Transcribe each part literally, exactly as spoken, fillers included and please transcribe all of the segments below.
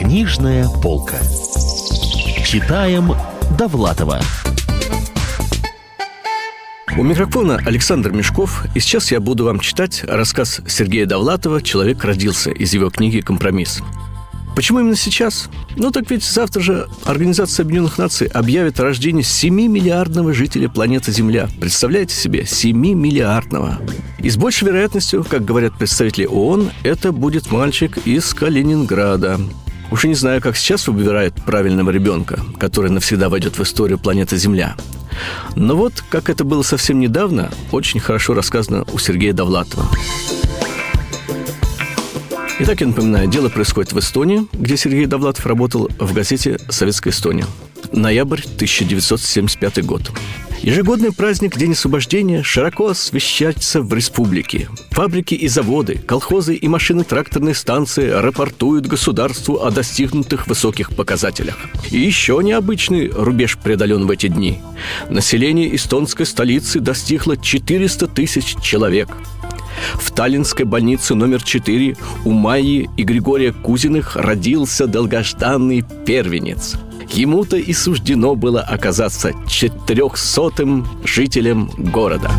Книжная полка. Читаем Довлатова. У микрофона Александр Мешков, и сейчас я буду вам читать рассказ Сергея Довлатова «Человек родился» из его книги «Компромисс». Почему именно сейчас? Ну так ведь завтра же Организация Объединенных Наций объявит о рождении семимиллиардного жителя планеты Земля. Представляете себе? семимиллиардного. И с большей вероятностью, как говорят представители ООН, это будет мальчик из Калининграда. Уж и не знаю, как сейчас выбирают правильного ребенка, который навсегда войдет в историю планеты Земля. Но вот, как это было совсем недавно, очень хорошо рассказано у Сергея Довлатова. Итак, я напоминаю, дело происходит в Эстонии, где Сергей Довлатов работал в газете «Советская Эстония». Ноябрь тысяча девятьсот семьдесят пятый год. Ежегодный праздник День освобождения широко освещается в республике. Фабрики и заводы, колхозы и машино-тракторные станции рапортуют государству о достигнутых высоких показателях. И еще необычный рубеж преодолен в эти дни. Население эстонской столицы достигло четыреста тысяч человек. В таллинской больнице номер четыре у Майи и Григория Кузиных родился долгожданный первенец. Ему-то и суждено было оказаться четырехсотым жителем города.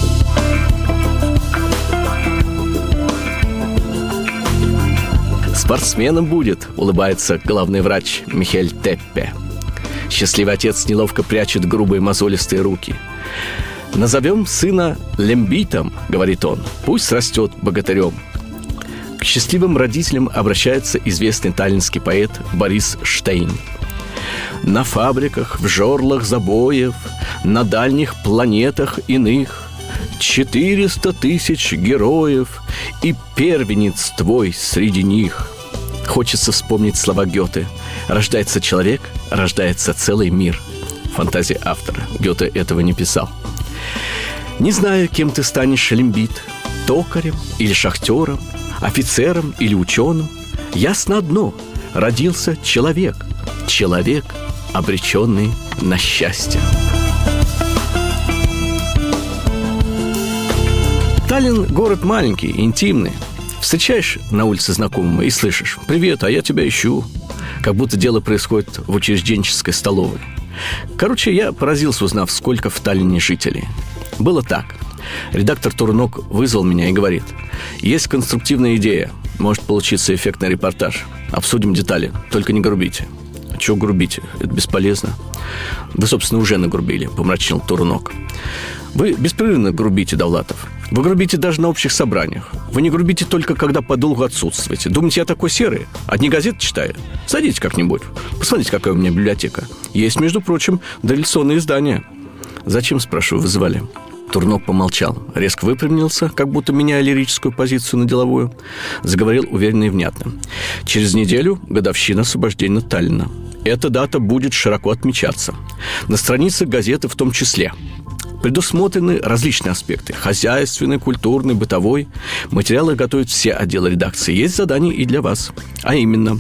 «Спортсменом будет», — улыбается главный врач Михель Теппе. Счастливый отец неловко прячет грубые мозолистые руки. «Назовем сына Лембитом», — говорит он, — «пусть растет богатырем». К счастливым родителям обращается известный таллинский поэт Борис Штейн. «На фабриках, в жорлах забоев, на дальних планетах иных четыреста тысяч героев, и первенец твой среди них». Хочется вспомнить слова Гёте: «Рождается человек, рождается целый мир». Фантазия автора. Гёте этого не писал. Не знаю, кем ты станешь, Лембит, токарем или шахтером, офицером или ученым. Ясно одно: родился человек. Человек, обреченный на счастье. Таллин – город маленький, интимный. Встречаешь на улице знакомого и слышишь: «Привет, а я тебя ищу». Как будто дело происходит в учрежденческой столовой. Короче, я поразился, узнав, сколько в Таллине жителей. Было так. Редактор Турнок вызвал меня и говорит: «Есть конструктивная идея. Может получиться эффектный репортаж. Обсудим детали. Только не грубите». «А чего грубите? Это бесполезно». «Вы, собственно, уже нагрубили», — помрачнел Турнок. «Вы беспрерывно грубите, Довлатов. Вы грубите даже на общих собраниях. Вы не грубите только, когда подолгу отсутствуете. Думаете, я такой серый? Одни газеты читаю? Садитесь как-нибудь. Посмотрите, какая у меня библиотека. Есть, между прочим, дореволюционные издания». «Зачем, спрашиваю, вызывали?» Турнок помолчал, резко выпрямился, как будто меняя лирическую позицию на деловую. Заговорил уверенно и внятно. «Через неделю годовщина освобождения Таллина. Эта дата будет широко отмечаться. На страницах газеты в том числе. Предусмотрены различные аспекты: хозяйственный, культурный, бытовой. Материалы готовят все отделы редакции. Есть задание и для вас. А именно,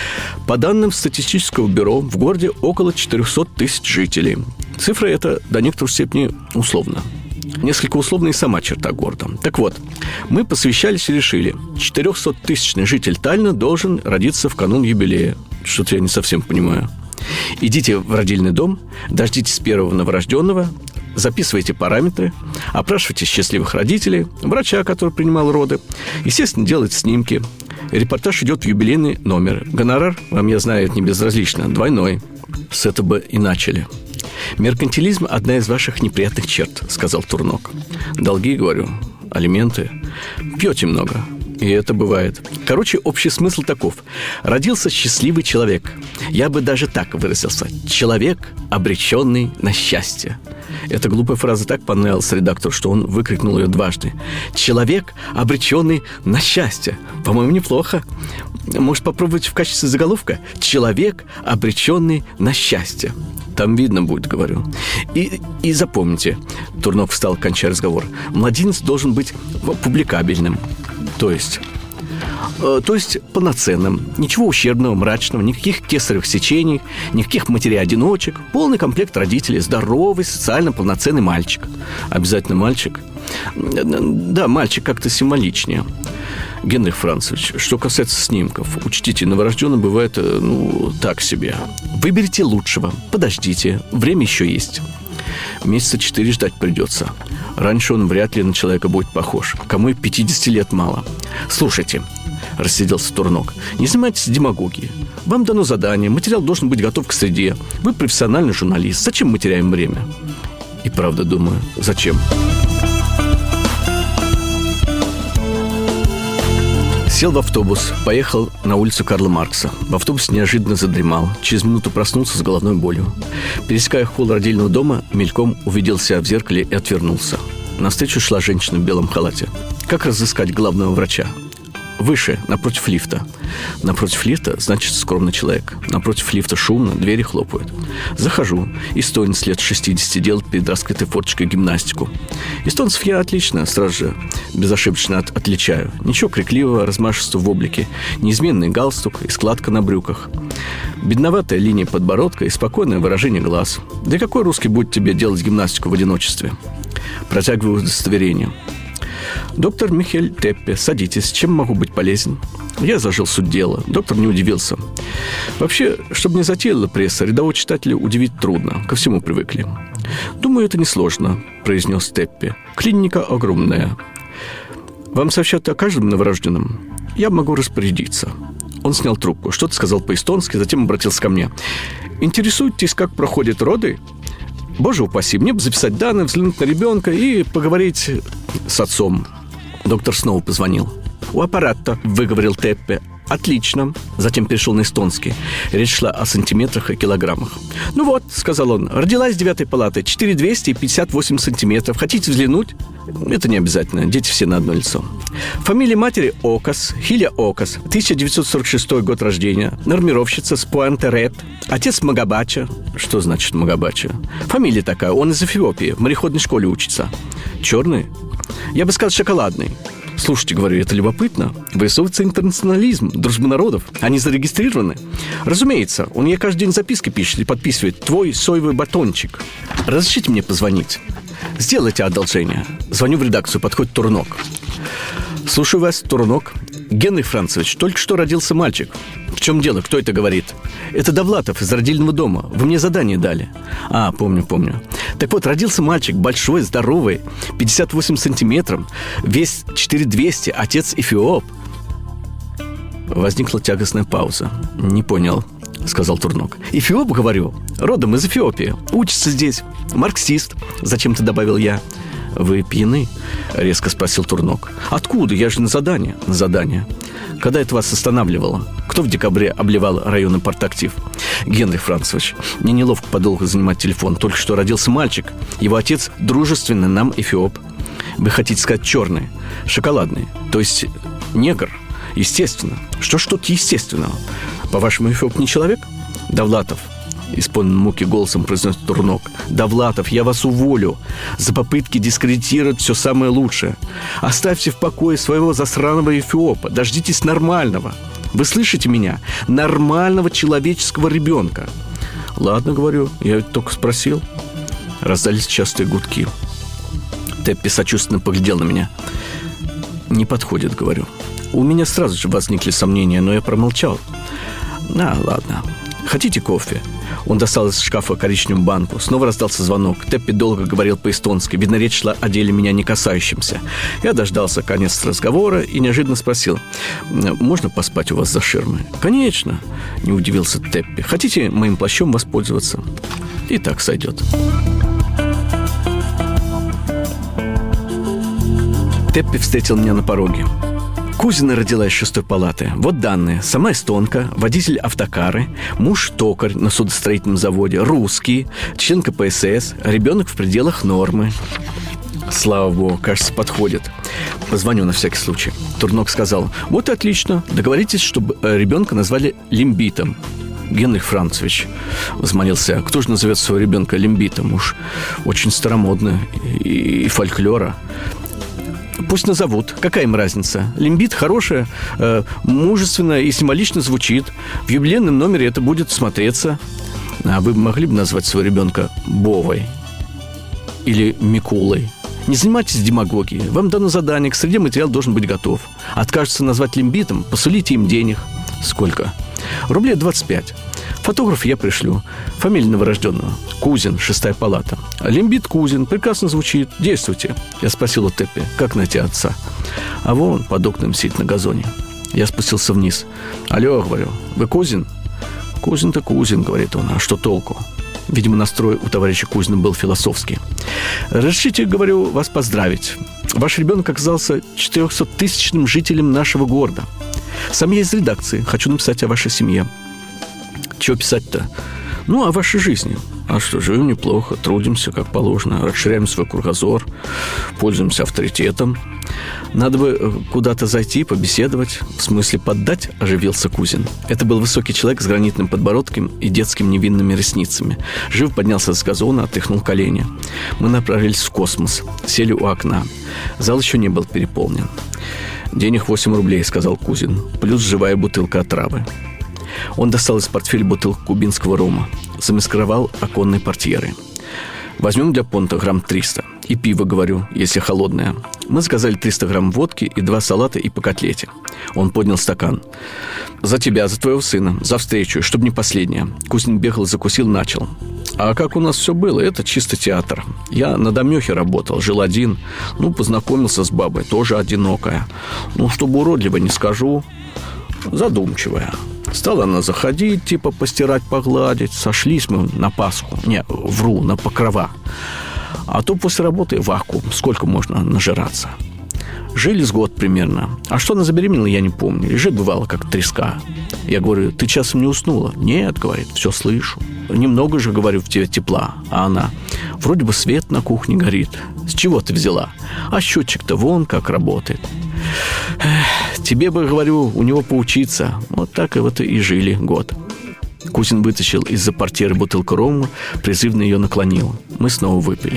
по данным статистического бюро, в городе около четыреста тысяч жителей. Цифра эта до некоторой степени условна. Несколько условна и сама черта города. Так вот, мы посвящались и решили: четырехсоттысячный житель Таллина должен родиться в канун юбилея». Что-то я не совсем понимаю. «Идите в родильный дом, дождитесь первого новорожденного, записывайте параметры, опрашивайте счастливых родителей, врача, который принимал роды. Естественно, делайте снимки. Репортаж идет в юбилейный номер. Гонорар, вам, я знаю, это не безразлично, двойной». С этого бы и начали. «Меркантилизм – одна из ваших неприятных черт», – сказал Турнок. «Долги, говорю, алименты. Пьете много. И это бывает. Короче, общий смысл таков. Родился счастливый человек. Я бы даже так выразился: человек, обреченный на счастье». Эта глупая фраза так понравилась редактору, что он выкрикнул ее дважды. «Человек, обреченный на счастье». По-моему, неплохо. Может, попробовать в качестве заголовка: «Человек, обреченный на счастье». Там видно будет, говорю. И, и запомните, Турнок встал, кончая разговор, младенец должен быть публикабельным. То есть, То есть полноценным. Ничего ущербного, мрачного, никаких кесаревых сечений, никаких матерей-одиночек. Полный комплект родителей. Здоровый, социально полноценный мальчик. Обязательно мальчик. Да, мальчик как-то символичнее. Генрих Францевич, что касается снимков, учтите, новорожденный бывает, ну, так себе. Выберите лучшего, подождите, время еще есть. Месяца четыре ждать придется. Раньше он вряд ли на человека будет похож. Кому и пятидесяти лет мало. Слушайте, рассиделся Турнок, не занимайтесь демагогией. Вам дано задание, материал должен быть готов к среде. Вы профессиональный журналист. Зачем мы теряем время? И правда думаю, зачем? Сел в автобус, поехал на улицу Карла Маркса. В автобусе неожиданно задремал. Через минуту проснулся с головной болью. Пересекая холл родильного дома, мельком увидел себя в зеркале и отвернулся. Навстречу шла женщина в белом халате. Как разыскать главного врача? Выше, напротив лифта. Напротив лифта, значит, скромный человек. Напротив лифта шумно, двери хлопают. Захожу. Эстонец лет шестидесяти делает перед раскрытой форточкой гимнастику. Эстонцев я отлично, сразу же безошибочно от, отличаю. Ничего крикливого, размашистого в облике. Неизменный галстук и складка на брюках. Бедноватая линия подбородка и спокойное выражение глаз. Да какой русский будет тебе делать гимнастику в одиночестве? Протягиваю удостоверение. Доктор Михаэль Теппе, садитесь. Чем могу быть полезен? Я изложил суть дела. Доктор не удивился. Вообще, чтобы не затеяла пресса, рядового читателя удивить трудно. Ко всему привыкли. Думаю, это несложно, произнес Теппе. Клиника огромная. Вам сообщат о каждом новорожденном? Я могу распорядиться. Он снял трубку, что-то сказал по-эстонски, затем обратился ко мне. Интересуетесь, как проходят роды? Боже упаси, мне бы записать данные, взглянуть на ребенка и поговорить с отцом. Доктор снова позвонил. У аппарата, выговорил Теппе. Отлично. Затем перешел на эстонский. Речь шла о сантиметрах и килограммах. Ну вот, сказал он, родилась девятой палаты, четыре тысячи двести пятьдесят восемь сантиметров. Хотите взглянуть? Это не обязательно, дети все на одно лицо. Фамилия матери Окас, Хиля Окас, тысяча девятьсот сорок шестой год рождения, нормировщица с Пуэнте-Ред. Отец Магабача. Что значит Магабача? Фамилия такая, он из Эфиопии, в мореходной школе учится. Черный? Я бы сказал, шоколадный. Слушайте, говорю, это любопытно. Вырисовывается интернационализм, дружба народов. Они зарегистрированы. Разумеется, он ей каждый день записки пишет и подписывает «Твой соевый батончик». Разрешите мне позвонить? Сделайте одолжение. Звоню в редакцию, подходит Турнок. Слушаю вас, Турнок. Генрих Францевич, только что родился мальчик. В чем дело? Кто это говорит? Это Довлатов из родильного дома. Вы мне задание дали. А, помню, помню. Так вот, родился мальчик, большой, здоровый, пятьдесят восемь сантиметров, вес четыре тысячи двести, отец эфиоп. Возникла тягостная пауза. Не понял, сказал Турнок. Эфиоп, говорю, родом из Эфиопии. Учится здесь. Марксист, зачем-то добавил я. Вы пьяны? Резко спросил Турнок. Откуда? Я же на задание. На задание. Когда это вас останавливало? Кто в декабре обливал районы Партактив? Генрих Францевич, мне неловко подолгу занимать телефон. Только что родился мальчик. Его отец дружественный нам эфиоп. Вы хотите сказать черный, шоколадный, то есть негр? Естественно. Что ж тут естественного? По-вашему, эфиоп не человек? Довлатов, исполненным муки голосом произнес Турнок. Довлатов, я вас уволю за попытки дискредитировать все самое лучшее. Оставьте в покое своего засраного эфиопа. Дождитесь нормального. Вы слышите меня? Нормального человеческого ребенка. Ладно, говорю, я ведь только спросил. Раздались частые гудки. Теппе сочувственно поглядел на меня. Не подходит, говорю. У меня сразу же возникли сомнения, но я промолчал. А, ладно. Хотите кофе? Он достал из шкафа коричневую банку. Снова раздался звонок. Теппе долго говорил по-эстонски. Видно, речь шла о деле меня не касающемся. Я дождался конец разговора и неожиданно спросил: можно поспать у вас за ширмой? Конечно, не удивился Теппе. Хотите моим плащом воспользоваться? И так сойдет. Теппе встретил меня на пороге. Кузина родилась из шестой палаты. Вот данные. Сама эстонка, водитель автокары, муж токарь на судостроительном заводе, русский, член ка пэ эс эс, ребенок в пределах нормы. Слава богу, кажется, подходит. Позвоню на всякий случай. Турнок сказал: вот и отлично. Договоритесь, чтобы ребенка назвали Лимбитом. Генрих Францевич, взмолился, кто же назовет своего ребенка Лимбитом? Уж очень старомодно и, и фольклора. Пусть назовут. Какая им разница? Лимбит хорошее, э, мужественно и символично звучит. В юбилейном номере это будет смотреться. А вы могли бы назвать своего ребенка Бовой? Или Микулой? Не занимайтесь демагогией. Вам дано задание, к среде материал должен быть готов. Откажется назвать лимбитом, посулите им денег. Сколько? Рублей двадцать пять. Фотограф я пришлю. Фамилия новорожденного. Кузин, шестая палата. Лимбит Кузин. Прекрасно звучит. Действуйте. Я спросил у Теппи, как найти отца. А вон под окном сидит на газоне. Я спустился вниз. Алло, говорю, вы Кузин? Кузин-то Кузин, говорит он. А что толку? Видимо, настрой у товарища Кузина был философский. Разрешите, говорю, вас поздравить. Ваш ребенок оказался четырехсоттысячным жителем нашего города. Сам я из редакции. Хочу написать о вашей семье. Чего писать-то? Ну, о вашей жизни. А что, живем неплохо, трудимся, как положено, расширяем свой кругозор, пользуемся авторитетом. Надо бы куда-то зайти, побеседовать. В смысле поддать, оживился Кузин. Это был высокий человек с гранитным подбородком и детскими невинными ресницами. Жив поднялся с газона, отряхнул колени. Мы направились в космос, сели у окна. Зал еще не был переполнен. «Денег восемь рублей», — сказал Кузин, плюс живая бутылка отравы. Он достал из портфеля бутылку кубинского рома, замаскировал оконные портьеры. «Возьмем для понта грамм триста. И пиво, говорю, если холодное». Мы заказали триста грамм водки и два салата и по котлете. Он поднял стакан. «За тебя, за твоего сына, за встречу, чтобы не последняя». Кузин бегал, закусил, начал. «А как у нас все было? Это чисто театр. Я на домехе работал, жил один. Ну, познакомился с бабой, тоже одинокая. Ну, чтобы уродливо не скажу, задумчивая. Стала она заходить, типа постирать, погладить. Сошлись мы на Пасху. Не, вру, на Покрова. А то после работы вакуум. Сколько можно нажираться? Жили с год примерно. А что она забеременела, я не помню. Лежит, бывало, как треска. Я говорю, ты часом не уснула? Нет, говорит, все слышу. Немного же, говорю, в тебе тепла. А она, вроде бы свет на кухне горит. С чего ты взяла? А счетчик-то вон как работает. Эх, тебе бы, говорю, у него поучиться. Вот так и вот и жили год. Кузин вытащил из-за портьеры бутылку рома, призывно ее наклонил. Мы снова выпили.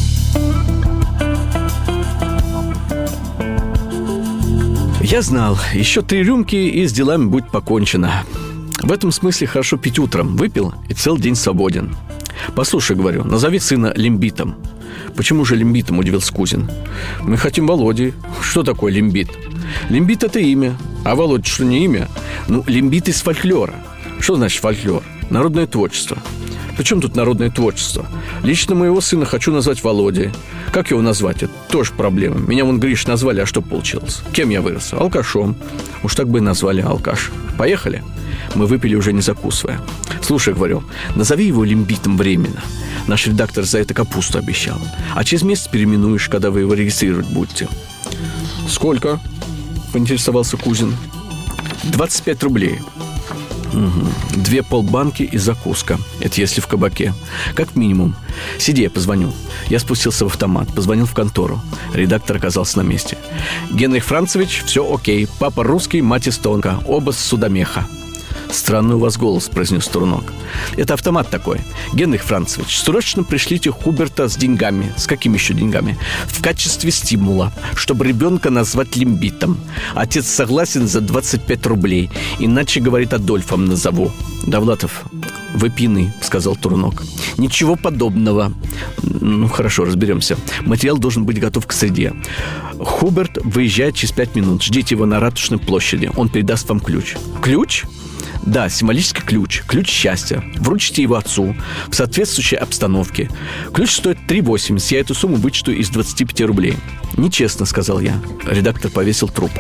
Я знал, еще три рюмки, и с делами будет покончено. В этом смысле хорошо пить утром. Выпил, и целый день свободен. Послушай, говорю, назови сына Лимбитом. Почему же Лимбитом, удивился Кузин. Мы хотим Володей. Что такое Лимбит? Лимбит – это имя. А Володя что, не имя? Ну, Лимбит из фольклора. Что значит фольклор? Народное творчество. Причем тут народное творчество? Лично моего сына хочу назвать Володей. Как его назвать? Это тоже проблема. Меня вон Гриш назвали, а что получилось? Кем я вырос? Алкашом. Уж так бы и назвали алкаш. Поехали? Мы выпили, уже не закусывая. Слушай, говорю, назови его Лимбитом временно. Наш редактор за это капусту обещал. А через месяц переименуешь, когда вы его регистрировать будете. Сколько? Поинтересовался Кузин. двадцать пять рублей. Угу. Две полбанки и закуска. Это если в кабаке. Как минимум. Сиди, я позвоню. Я спустился в автомат, позвонил в контору. Редактор оказался на месте. Генрих Францевич, все окей. Папа русский, мать эстонка. Оба с Судомеха. «Странный у вас голос», — произнес Турнок. «Это автомат такой. Генрих Францевич, срочно пришлите Хуберта с деньгами». «С какими еще деньгами?» «В качестве стимула, чтобы ребенка назвать Лимбитом. Отец согласен за двадцать пять рублей. Иначе, говорит, Адольфом назову». «Довлатов, вы пьяны», — сказал Турнок. «Ничего подобного». «Ну, хорошо, разберемся. Материал должен быть готов к среде. Хуберт выезжает через пять минут. Ждите его на Ратушной площади. Он передаст вам ключ». «Ключ?» Да, символический ключ, ключ счастья. Вручите его отцу в соответствующей обстановке. Ключ стоит три восемьдесят. Я эту сумму вычту из двадцати пяти рублей. Нечестно, сказал я. Редактор повесил трубку.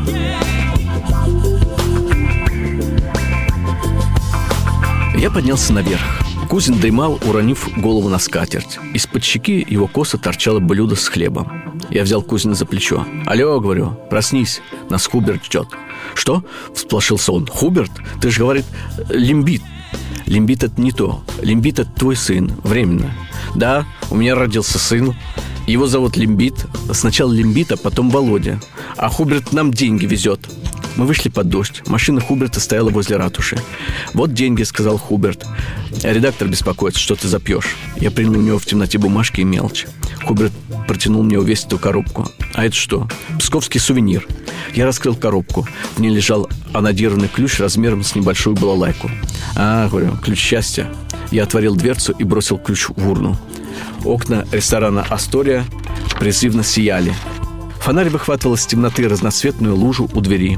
Я поднялся наверх. Кузин дремал, уронив голову на скатерть. Из-под щеки его косо торчало блюдо с хлебом. Я взял Кузина за плечо. «Алло, — говорю, — проснись, нас Хуберт ждет». «Что?» — всполошился он. «Хуберт? Ты же, говорит, Лимбит». «Лимбит — это не то. Лимбит — это твой сын. Временно». «Да, у меня родился сын. Его зовут Лимбит. Сначала Лимбит, а потом Володя. А Хуберт нам деньги везет». Мы вышли под дождь. Машина Хуберта стояла возле ратуши. «Вот деньги», — сказал Хуберт. «Редактор беспокоится, что ты запьешь». Я принял у него в темноте бумажки и мелочь. Хуберт протянул мне увесистую коробку. А это что? Псковский сувенир. Я раскрыл коробку. В ней лежал анодированный ключ размером с небольшую балалайку. А, говорю, ключ счастья. Я отворил дверцу и бросил ключ в урну. Окна ресторана «Астория» призывно сияли. Фонарь выхватывал из темноты разноцветную лужу у двери.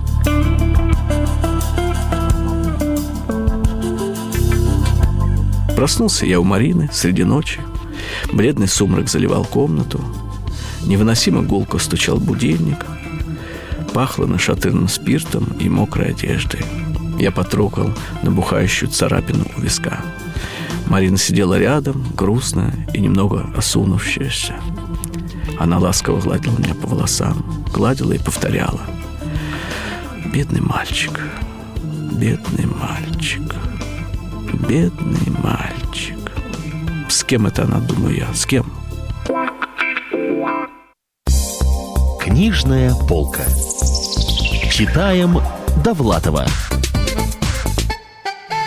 Проснулся я у Марины среди ночи. Бледный сумрак заливал комнату. Невыносимо гулко стучал будильник. Пахло нашатырным спиртом и мокрой одеждой. Я потрогал набухающую царапину у виска. Марина сидела рядом, грустная и немного осунувшаяся. Она ласково гладила меня по волосам, гладила и повторяла: «Бедный мальчик, бедный мальчик, бедный мальчик». С кем это она, думаю я, с кем? Книжная полка. Читаем Довлатова.